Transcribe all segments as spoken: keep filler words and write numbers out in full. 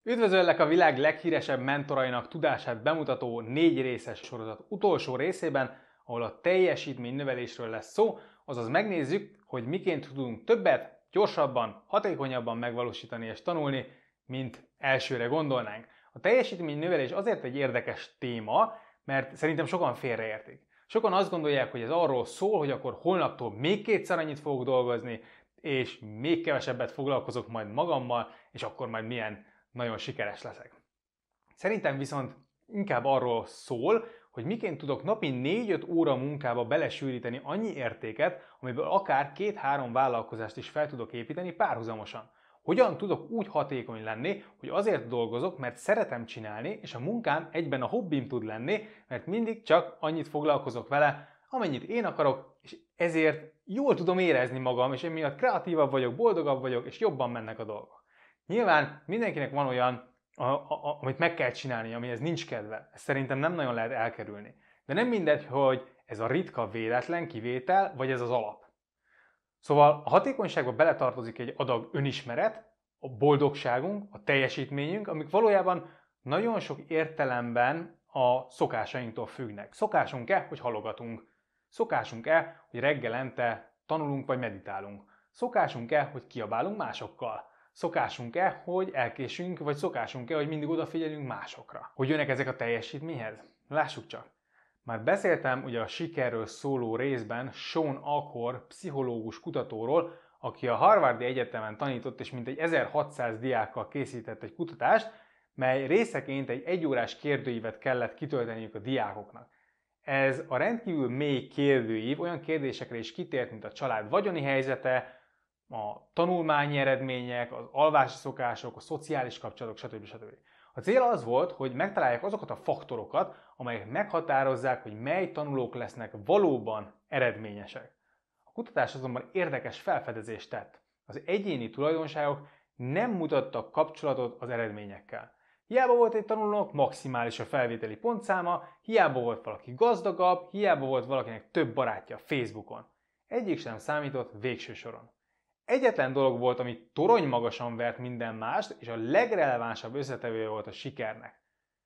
Üdvözöllek a világ leghíresebb mentorainak tudását bemutató négy részes sorozat utolsó részében, ahol a teljesítménynövelésről lesz szó, azaz megnézzük, hogy miként tudunk többet, gyorsabban, hatékonyabban megvalósítani és tanulni, mint elsőre gondolnánk. A teljesítménynövelés azért egy érdekes téma, mert szerintem sokan félreértik. Sokan azt gondolják, hogy ez arról szól, hogy akkor holnaptól még kétszer annyit fogok dolgozni, és még kevesebbet foglalkozok majd magammal, és akkor majd milyen nagyon sikeres leszek. Szerintem viszont inkább arról szól, hogy miként tudok napi négy-öt óra munkába belesűríteni annyi értéket, amiből akár két-három vállalkozást is fel tudok építeni párhuzamosan. Hogyan tudok úgy hatékony lenni, hogy azért dolgozok, mert szeretem csinálni, és a munkám egyben a hobbim tud lenni, mert mindig csak annyit foglalkozok vele, amennyit én akarok, és ezért jól tudom érezni magam, és emiatt kreatívabb vagyok, boldogabb vagyok, és jobban mennek a dolgok. Nyilván mindenkinek van olyan, a, a, a, amit meg kell csinálni, amihez nincs kedve. Ezt szerintem nem nagyon lehet elkerülni. De nem mindegy, hogy ez a ritka véletlen kivétel, vagy ez az alap. Szóval a hatékonyságba beletartozik egy adag önismeret, a boldogságunk, a teljesítményünk, amik valójában nagyon sok értelemben a szokásainktól függnek. Szokásunk-e, hogy halogatunk? Szokásunk-e, hogy reggelente tanulunk vagy meditálunk? Szokásunk-e, hogy kiabálunk másokkal? Szokásunk-e, hogy elkésünk, vagy szokásunk-e, hogy mindig odafigyelünk másokra? Hogy jönnek ezek a teljesítményhez? Lássuk csak. Már beszéltem ugye a sikerről szóló részben Sean Achor pszichológus kutatóról, aki a Harvardi Egyetemen tanított, és mintegy ezerhatszáz diákkal készített egy kutatást, mely részeként egy egyórás kérdőívet kellett kitölteniük a diákoknak. Ez a rendkívül mély kérdőív olyan kérdésekre is kitért, mint a család vagyoni helyzete, a tanulmányi eredmények, az alvási szokások, a szociális kapcsolatok, stb. stb. A cél az volt, hogy megtalálják azokat a faktorokat, amelyek meghatározzák, hogy mely tanulók lesznek valóban eredményesek. A kutatás azonban érdekes felfedezést tett. Az egyéni tulajdonságok nem mutattak kapcsolatot az eredményekkel. Hiába volt egy tanulónak maximális a felvételi pontszáma, hiába volt valaki gazdagabb, hiába volt valakinek több barátja Facebookon. Egyik sem számított végső soron. Egyetlen dolog volt, ami torony magasan vert minden mást, és a legrelevánsabb összetevője volt a sikernek.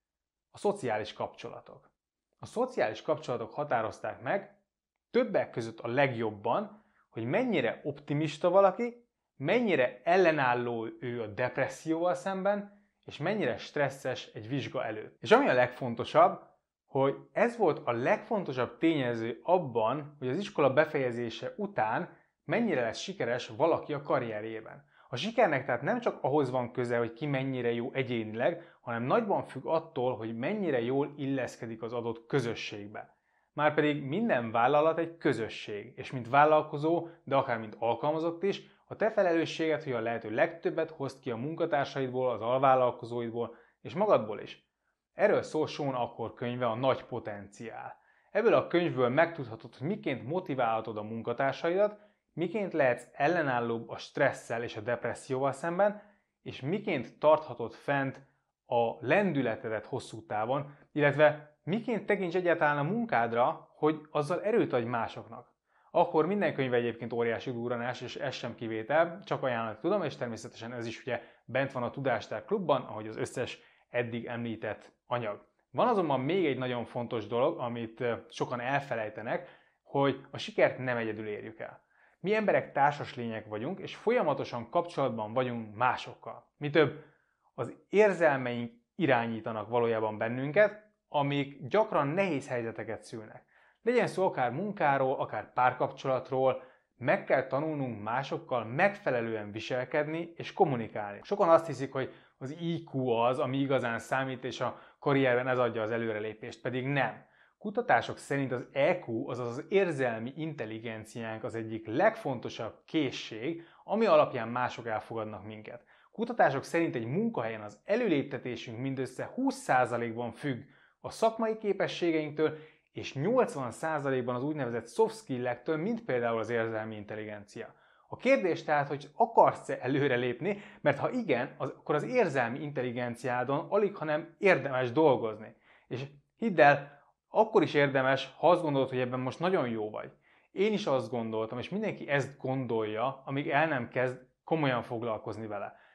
A szociális kapcsolatok. A szociális kapcsolatok határozták meg többek között a legjobban, hogy mennyire optimista valaki, mennyire ellenálló ő a depresszióval szemben, és mennyire stresszes egy vizsga előtt. És ami a legfontosabb, hogy ez volt a legfontosabb tényező abban, hogy az iskola befejezése után mennyire lesz sikeres valaki a karrierjében. A sikernek tehát nem csak ahhoz van köze, hogy ki mennyire jó egyénileg, hanem nagyban függ attól, hogy mennyire jól illeszkedik az adott közösségbe. Márpedig minden vállalat egy közösség, és mint vállalkozó, de akár mint alkalmazott is, a te felelősséged, hogy a lehető legtöbbet hozd ki a munkatársaidból, az alvállalkozóidból, és magadból is. Erről szól Sean Achor könyve, a Nagy potenciál. Ebből a könyvből megtudhatod, hogy miként motiválhatod a munkatársaidat, miként lehetsz ellenállóbb a stresszel és a depresszióval szemben, és miként tarthatod fent a lendületedet hosszú távon, illetve miként tekints egyáltalán a munkádra, hogy azzal erőt adj másoknak. Akkor minden könyve egyébként óriási durranás, és ez sem kivétel, csak ajánlani tudom, és természetesen ez is ugye bent van a Tudástár Klubban, ahogy az összes eddig említett anyag. Van azonban még egy nagyon fontos dolog, amit sokan elfelejtenek, hogy a sikert nem egyedül érjük el. Mi emberek társas lények vagyunk, és folyamatosan kapcsolatban vagyunk másokkal. Mi több, az érzelmeink irányítanak valójában bennünket, amik gyakran nehéz helyzeteket szülnek. Legyen szó akár munkáról, akár párkapcsolatról, meg kell tanulnunk másokkal megfelelően viselkedni és kommunikálni. Sokan azt hiszik, hogy az I Q az, ami igazán számít, és a karrierben ez adja az előrelépést, pedig nem. Kutatások szerint az E Q, azaz az érzelmi intelligenciánk az egyik legfontosabb készség, ami alapján mások elfogadnak minket. Kutatások szerint egy munkahelyen az előléptetésünk mindössze húsz százalékban függ a szakmai képességeinktől, és nyolcvan százalékban az úgynevezett soft skill-ektől, mint például az érzelmi intelligencia. A kérdés tehát, hogy akarsz-e előrelépni, mert ha igen, az, akkor az érzelmi intelligenciádon alig, hanem érdemes dolgozni. És hidd el, akkor is érdemes, ha azt gondolod, hogy ebben most nagyon jó vagy. Én is azt gondoltam, és mindenki ezt gondolja, amíg el nem kezd komolyan foglalkozni vele.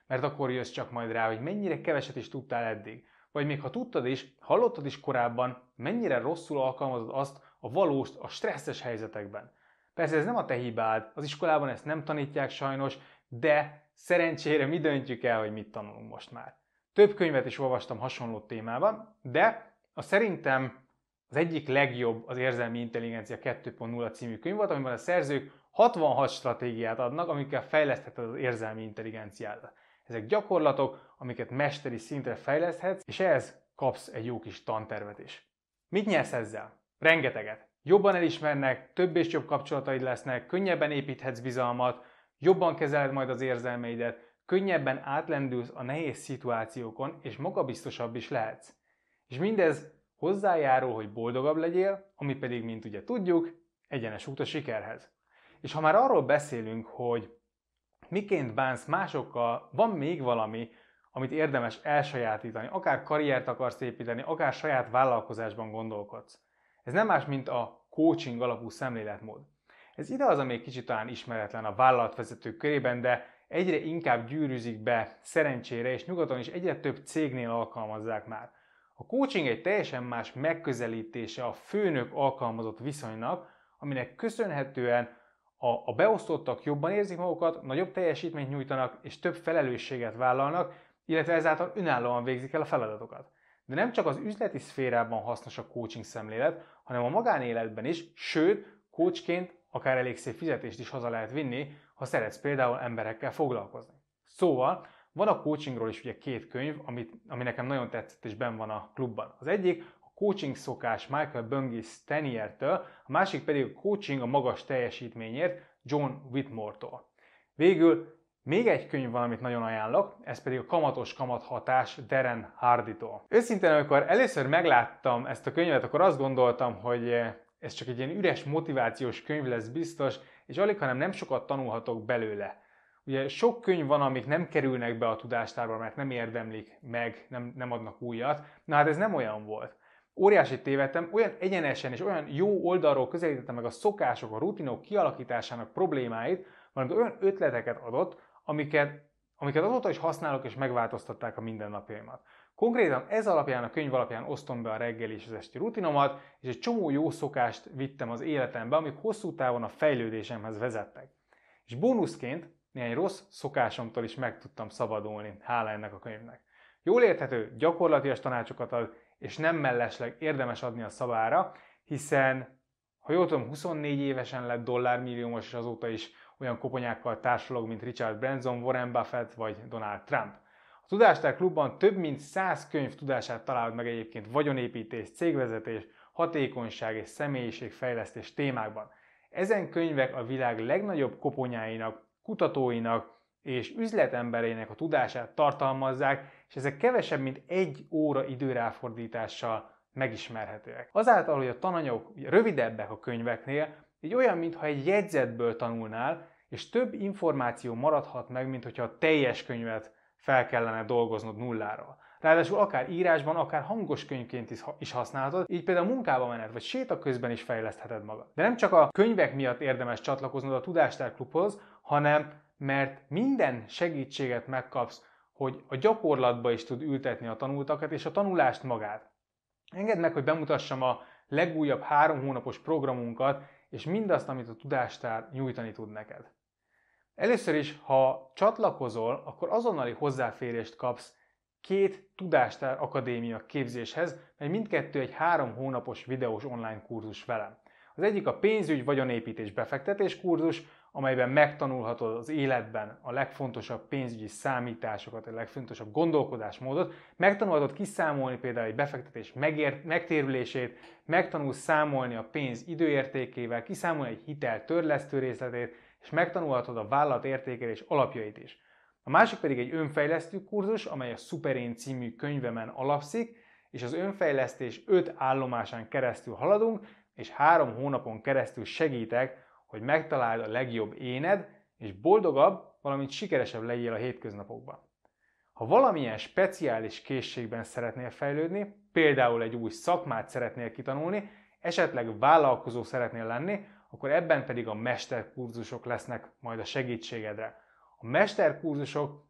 mert akkor jössz csak majd rá, hogy mennyire keveset is tudtál eddig. Vagy még ha tudtad is, hallottad is korábban, mennyire rosszul alkalmazod azt a valóst a stresszes helyzetekben. Persze ez nem a te hibád, az iskolában ezt nem tanítják sajnos, de szerencsére mi döntjük el, hogy mit tanulunk most már. Több könyvet is olvastam hasonló témában, de a szerintem az egyik legjobb az Érzelmi Intelligencia kettő pont nulla című könyv volt, amiben a szerzők hatvanhat stratégiát adnak, amikkel fejlesztheted az érzelmi intelligenciádat. Ezek gyakorlatok, amiket mesteri szintre fejleszthetsz, és ehhez kapsz egy jó kis tantervet is. Mit nyersz ezzel? Rengeteget. Jobban elismernek, több és jobb kapcsolataid lesznek, könnyebben építhetsz bizalmat, jobban kezeled majd az érzelmeidet, könnyebben átlendülsz a nehéz szituációkon, és magabiztosabb is lehetsz. És mindez hozzájárul, hogy boldogabb legyél, ami pedig, mint ugye tudjuk, egyenes út a sikerhez. És ha már arról beszélünk, hogy miként bánsz másokkal, van még valami, amit érdemes elsajátítani, akár karriert akarsz építeni, akár saját vállalkozásban gondolkodsz. Ez nem más, mint a coaching alapú szemléletmód. Ez ide az, ami kicsit talán ismeretlen a vállalatvezetők körében, de egyre inkább gyűrűzik be szerencsére, és nyugaton is egyre több cégnél alkalmazzák már. A coaching egy teljesen más megközelítése a főnök-alkalmazott viszonynak, aminek köszönhetően a, a beosztottak jobban érzik magukat, nagyobb teljesítményt nyújtanak és több felelősséget vállalnak, illetve ezáltal önállóan végzik el a feladatokat. De nem csak az üzleti szférában hasznos a coaching szemlélet, hanem a magánéletben is, sőt, coachként akár elég szép fizetést is haza lehet vinni, ha szeretsz például emberekkel foglalkozni. Szóval van a coachingról is ugye két könyv, amit, ami nekem nagyon tetszett és benn van a klubban. Az egyik a Coaching szokás Michael Bungay Staniertől, a másik pedig a Coaching a magas teljesítményért John Whitmore-tól. Végül még egy könyv van, amit nagyon ajánlok, ez pedig a Kamatos kamathatás Darren Hardytól. Őszintén, amikor először megláttam ezt a könyvet, akkor azt gondoltam, hogy ez csak egy ilyen üres motivációs könyv lesz biztos, és alig, hanem nem sokat tanulhatok belőle. Ugye sok könyv van, amik nem kerülnek be a tudástárba, mert nem érdemlik meg, nem, nem adnak újat. Na hát ez nem olyan volt. Óriási tévedtem, olyan egyenesen és olyan jó oldalról közelítettem meg a szokások, a rutinok kialakításának problémáit, valamint olyan ötleteket adott, amiket, amiket azóta is használok és megváltoztatták a mindennapjaimat. Konkrétan ez alapján, a könyv alapján osztom be a reggeli és az esti rutinomat, és egy csomó jó szokást vittem az életembe, amik hosszú távon a fejlődésemhez vezettek. És bónuszként néhány rossz szokásomtól is meg tudtam szabadulni, hála ennek a könyvnek. Jól érthető, gyakorlatias tanácsokat ad, és nem mellesleg érdemes adni a szavára, hiszen, ha jól tudom, huszonnégy évesen lett dollármilliómos, és azóta is olyan koponyákkal társulog, mint Richard Branson, Warren Buffett vagy Donald Trump. A Tudástár Klubban több mint száz könyv tudását találod meg egyébként vagyonépítés, cégvezetés, hatékonyság és személyiségfejlesztés témákban. Ezen könyvek a világ legnagyobb koponyáinak, kutatóinak és üzletembereinek a tudását tartalmazzák, és ezek kevesebb, mint egy óra időráfordítással megismerhetőek. Azáltal, hogy a tananyagok rövidebbek a könyveknél, így olyan, mintha egy jegyzetből tanulnál, és több információ maradhat meg, mint hogyha a teljes könyvet fel kellene dolgoznod nulláról. Ráadásul akár írásban, akár hangos könyvként is használhatod, így például munkába menet vagy séta közben is fejlesztheted magad. De nem csak a könyvek miatt érdemes csatlakoznod a Tudástár Klubhoz, hanem mert minden segítséget megkapsz, hogy a gyakorlatba is tud ültetni a tanultakat és a tanulást magát. Engedd meg, hogy bemutassam a legújabb három hónapos programunkat, és mindazt, amit a Tudástár nyújtani tud neked. Először is, ha csatlakozol, akkor azonnali hozzáférést kapsz két Tudástár Akadémia képzéshez, mely mindkettő egy három hónapos videós online kurzus velem. Az egyik a pénzügy, vagyonépítés, befektetés kurzus, amelyben megtanulhatod az életben a legfontosabb pénzügyi számításokat, a legfontosabb gondolkodásmódot, megtanulhatod kiszámolni például egy befektetés megért, megtérülését, megtanulsz számolni a pénz időértékével, kiszámolni egy hitel törlesztő részletét, és megtanulhatod a vállalat értékelés alapjait is. A másik pedig egy önfejlesztő kurzus, amely a Szuperén című könyvemen alapszik, és az önfejlesztés öt állomásán keresztül haladunk, és három hónapon keresztül segítek, hogy megtaláld a legjobb éned, és boldogabb, valamint sikeresebb legyél a hétköznapokban. Ha valamilyen speciális készségben szeretnél fejlődni, például egy új szakmát szeretnél kitanulni, esetleg vállalkozó szeretnél lenni, akkor ebben pedig a mesterkurzusok lesznek majd a segítségedre. A mesterkurzusok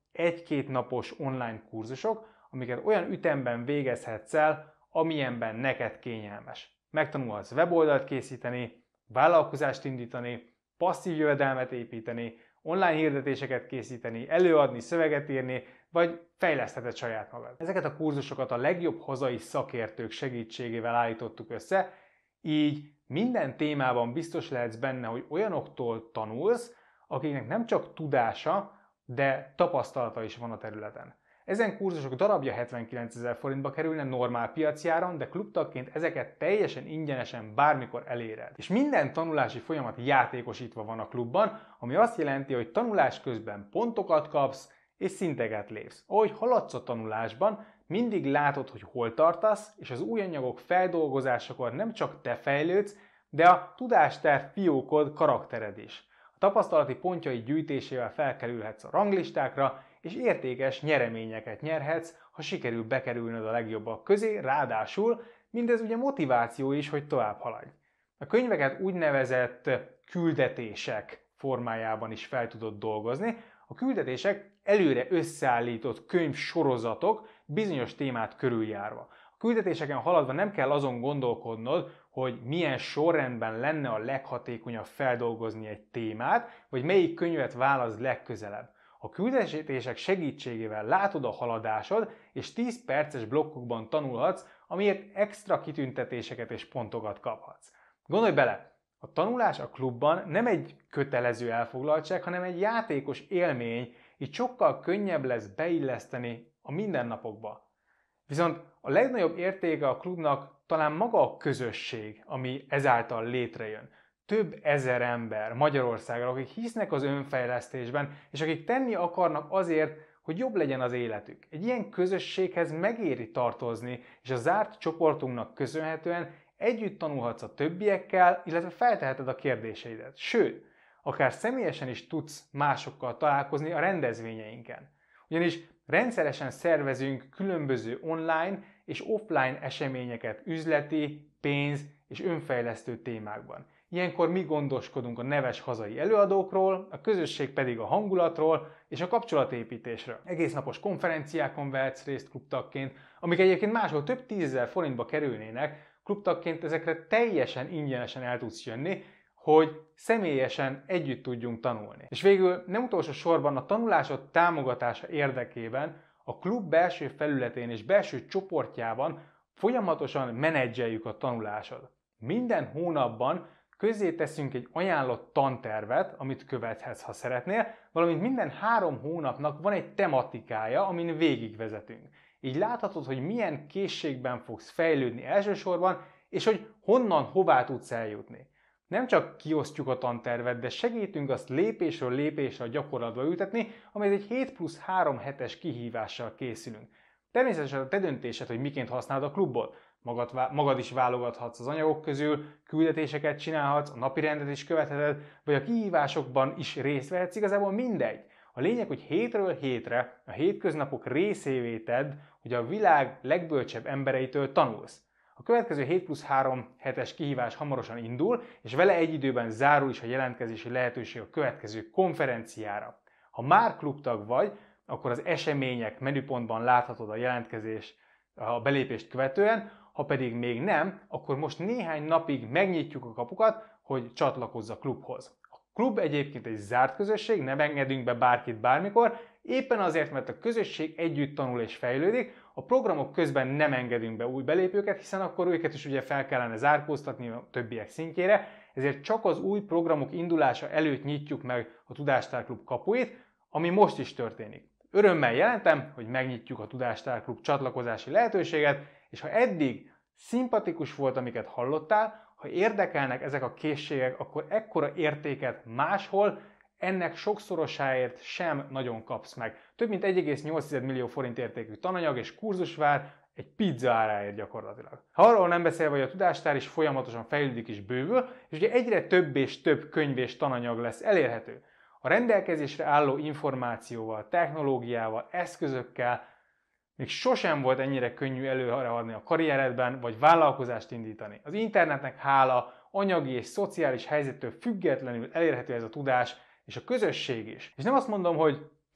egy-két napos online kurzusok, amiket olyan ütemben végezhetsz el, amilyenben neked kényelmes. Megtanulhatsz weboldalt készíteni, vállalkozást indítani, passzív jövedelmet építeni, online hirdetéseket készíteni, előadni, szöveget írni, vagy fejlesztheted saját magad. Ezeket a kurzusokat a legjobb hazai szakértők segítségével állítottuk össze, így minden témában biztos lehetsz benne, hogy olyanoktól tanulsz, akiknek nem csak tudása, de tapasztalata is van a területen. Ezen kurzusok darabja hetvenkilencezer forintba kerülne normál piacjáron, de klubtagként ezeket teljesen ingyenesen bármikor eléred. És minden tanulási folyamat játékosítva van a klubban, ami azt jelenti, hogy tanulás közben pontokat kapsz és szinteket lépsz. Ahogy haladsz a tanulásban, mindig látod, hogy hol tartasz, és az új anyagok feldolgozásakor nem csak te fejlődsz, de a tudásterv fiókod karaktered is. A tapasztalati pontjai gyűjtésével felkerülhetsz a ranglistákra, és értékes nyereményeket nyerhetsz, ha sikerül bekerülnöd a legjobbak közé, ráadásul mindez ugye motiváció is, hogy tovább haladj. A könyveket úgynevezett küldetések formájában is fel tudod dolgozni. A küldetések előre összeállított könyvsorozatok bizonyos témát körüljárva. A küldetéseken haladva nem kell azon gondolkodnod, hogy milyen sorrendben lenne a leghatékonyabb feldolgozni egy témát, vagy melyik könyvet választ legközelebb. A küldetések segítségével látod a haladásod, és tíz perces blokkokban tanulhatsz, amiért extra kitüntetéseket és pontokat kaphatsz. Gondolj bele! A tanulás a klubban nem egy kötelező elfoglaltság, hanem egy játékos élmény, így sokkal könnyebb lesz beilleszteni a mindennapokba. Viszont a legnagyobb értéke a klubnak talán maga a közösség, ami ezáltal létrejön. Több ezer ember Magyarországon, akik hisznek az önfejlesztésben, és akik tenni akarnak azért, hogy jobb legyen az életük. Egy ilyen közösséghez megéri tartozni, és a zárt csoportunknak köszönhetően együtt tanulhatsz a többiekkel, illetve felteheted a kérdéseidet. Sőt, akár személyesen is tudsz másokkal találkozni a rendezvényeinken. Ugyanis rendszeresen szervezünk különböző online és offline eseményeket üzleti, pénz és önfejlesztő témákban. Ilyenkor mi gondoskodunk a neves hazai előadókról, a közösség pedig a hangulatról és a kapcsolatépítésről. Egész napos konferenciákon vehetsz részt klubtagként, amik egyébként máshol több tízezer forintba kerülnének, klubtagként ezekre teljesen ingyenesen el tudsz jönni, hogy személyesen együtt tudjunk tanulni. És végül nem utolsó sorban a tanulásod támogatása érdekében a klub belső felületén és belső csoportjában folyamatosan menedzseljük a tanulásod. Minden hónapban közzé teszünk egy ajánlott tantervet, amit követhetsz, ha szeretnél, valamint minden három hónapnak van egy tematikája, amin végigvezetünk. Így láthatod, hogy milyen készségben fogsz fejlődni elsősorban, és hogy honnan, hová tudsz eljutni. Nem csak kiosztjuk a tantervet, de segítünk azt lépésről lépésre a gyakorlatba ültetni, amely egy hét plusz három hetes kihívással készülünk. Természetesen a te döntésed, hogy miként használod a klubot. Magad, magad is válogathatsz az anyagok közül, küldetéseket csinálhatsz, a napirendet is követheted, vagy a kihívásokban is részt vehetsz, igazából mindegy. A lényeg, hogy hétről hétre a hétköznapok részévé tedd, hogy a világ legbölcsebb embereitől tanulsz. A következő hét plusz három hetes kihívás hamarosan indul, és vele egy időben zárul is a jelentkezési lehetőség a következő konferenciára. Ha már klubtag vagy, akkor az események menüpontban láthatod a jelentkezés, a belépést követően, ha pedig még nem, akkor most néhány napig megnyitjuk a kapukat, hogy csatlakozz a klubhoz. A klub egyébként egy zárt közösség, nem engedünk be bárkit bármikor, éppen azért, mert a közösség együtt tanul és fejlődik, a programok közben nem engedünk be új belépőket, hiszen akkor őket is ugye fel kellene zárkóztatni a többiek szintjére, ezért csak az új programok indulása előtt nyitjuk meg a Tudástárklub kapuit, ami most is történik. Örömmel jelentem, hogy megnyitjuk a Tudástárklub csatlakozási lehetőséget, és ha eddig szimpatikus volt, amiket hallottál, ha érdekelnek ezek a készségek, akkor ekkora értéket máshol ennek sokszorosáért sem nagyon kapsz meg. Több mint egy egész nyolc millió forint értékű tananyag és kurzus vár egy pizza áráért gyakorlatilag. Ha arról nem beszélve, hogy a Tudástár is folyamatosan fejlődik és bővül, és ugye egyre több és több könyv és tananyag lesz elérhető. A rendelkezésre álló információval, technológiával, eszközökkel még sosem volt ennyire könnyű előreadni a karrieredben, vagy vállalkozást indítani. Az internetnek hála, anyagi és szociális helyzettől függetlenül elérhető ez a tudás, és a közösség is. És nem azt mondom, hogy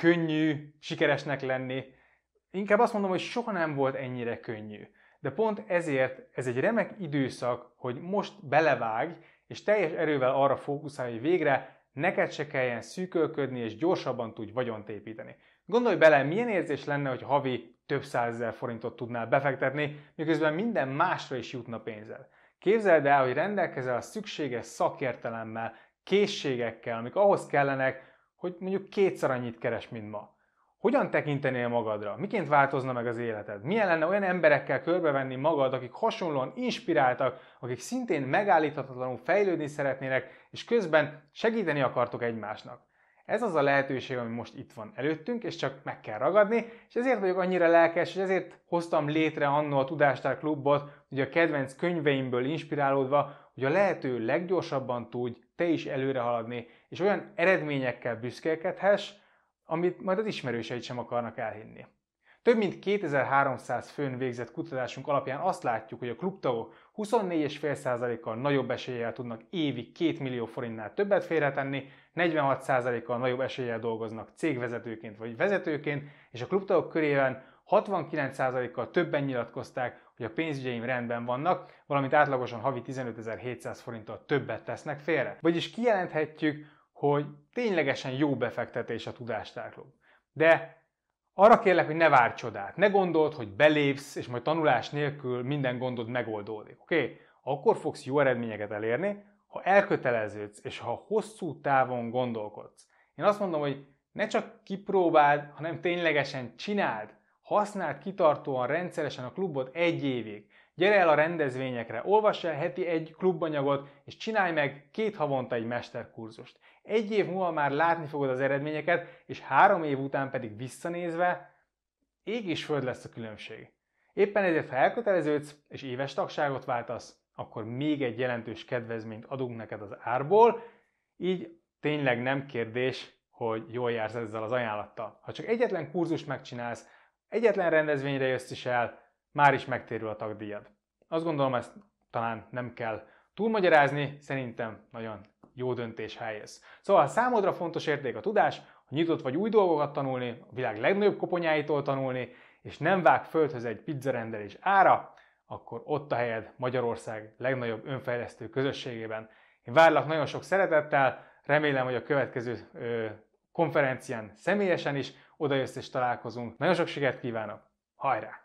könnyű sikeresnek lenni. Inkább azt mondom, hogy soha nem volt ennyire könnyű. De pont ezért ez egy remek időszak, hogy most belevágj, és teljes erővel arra fókuszálj, hogy végre neked se kelljen szűkölködni, és gyorsabban tudj vagyont építeni. Gondolj bele, milyen érzés lenne, hogy havi több százezer forintot tudnál befektetni, miközben minden másra is jutna pénzed. Képzeld el, hogy rendelkezel a szükséges szakértelemmel, készségekkel, amik ahhoz kellenek, hogy mondjuk kétszer annyit keres, mint ma. Hogyan tekintenél magadra? Miként változna meg az életed? Milyen lenne olyan emberekkel körbevenni magad, akik hasonlóan inspiráltak, akik szintén megállíthatatlanul fejlődni szeretnének, és közben segíteni akartok egymásnak? Ez az a lehetőség, ami most itt van előttünk, és csak meg kell ragadni, és ezért vagyok annyira lelkes, és ezért hoztam létre annó a Tudástár Klubot, ugye a kedvenc könyveimből inspirálódva, hogy a lehető leggyorsabban tudj te is előre haladni, és olyan eredményekkel büszkélkedhess, amit majd az ismerőseid sem akarnak elhinni. Több mint kétezer-háromszáz főn végzett kutatásunk alapján azt látjuk, hogy a klubtagok huszonnégy egész öt százalékkal nagyobb eséllyel tudnak évi két millió forintnál többet félretenni, negyvenhat százalékkal nagyobb eséllyel dolgoznak cégvezetőként vagy vezetőként, és a klubtagok körében hatvankilenc százalékkal többen nyilatkozták, hogy a pénzügyeim rendben vannak, valamint átlagosan havi tizenötezer-hétszáz forinttal többet tesznek félre. Vagyis kijelenthetjük, hogy ténylegesen jó befektetés a Tudástár Klub. De arra kérlek, hogy ne várj csodát, ne gondold, hogy belépsz, és majd tanulás nélkül minden gondod megoldódik. Oké? Okay? Akkor fogsz jó eredményeket elérni, ha elköteleződsz, és ha hosszú távon gondolkodsz. Én azt mondom, hogy ne csak kipróbáld, hanem ténylegesen csináld. Használd kitartóan, rendszeresen a klubot egy évig. Gyere el a rendezvényekre, olvass el heti egy klubanyagot, és csinálj meg két havonta egy mesterkurzust. Egy év múlva már látni fogod az eredményeket, és három év után pedig visszanézve ég és föld lesz a különbség. Éppen ezért, ha elköteleződsz és éves tagságot váltasz, akkor még egy jelentős kedvezményt adunk neked az árból, így tényleg nem kérdés, hogy jól jársz ezzel az ajánlattal. Ha csak egyetlen kurzust megcsinálsz, egyetlen rendezvényre jössz is el, már is megtérül a tagdíjad. Azt gondolom, ezt talán nem kell túlmagyarázni, szerintem nagyon jó döntés, ha eljössz. Szóval számodra fontos érték a tudás, hogy nyitott vagy új dolgokat tanulni, a világ legnagyobb koponyáitól tanulni, és nem vág földhöz egy pizzarendelés ára, akkor ott a helyed Magyarország legnagyobb önfejlesztő közösségében. Én várlak nagyon sok szeretettel, remélem, hogy a következő ö, konferencián személyesen is odajössz és találkozunk. Nagyon sok sikert kívánok, hajrá!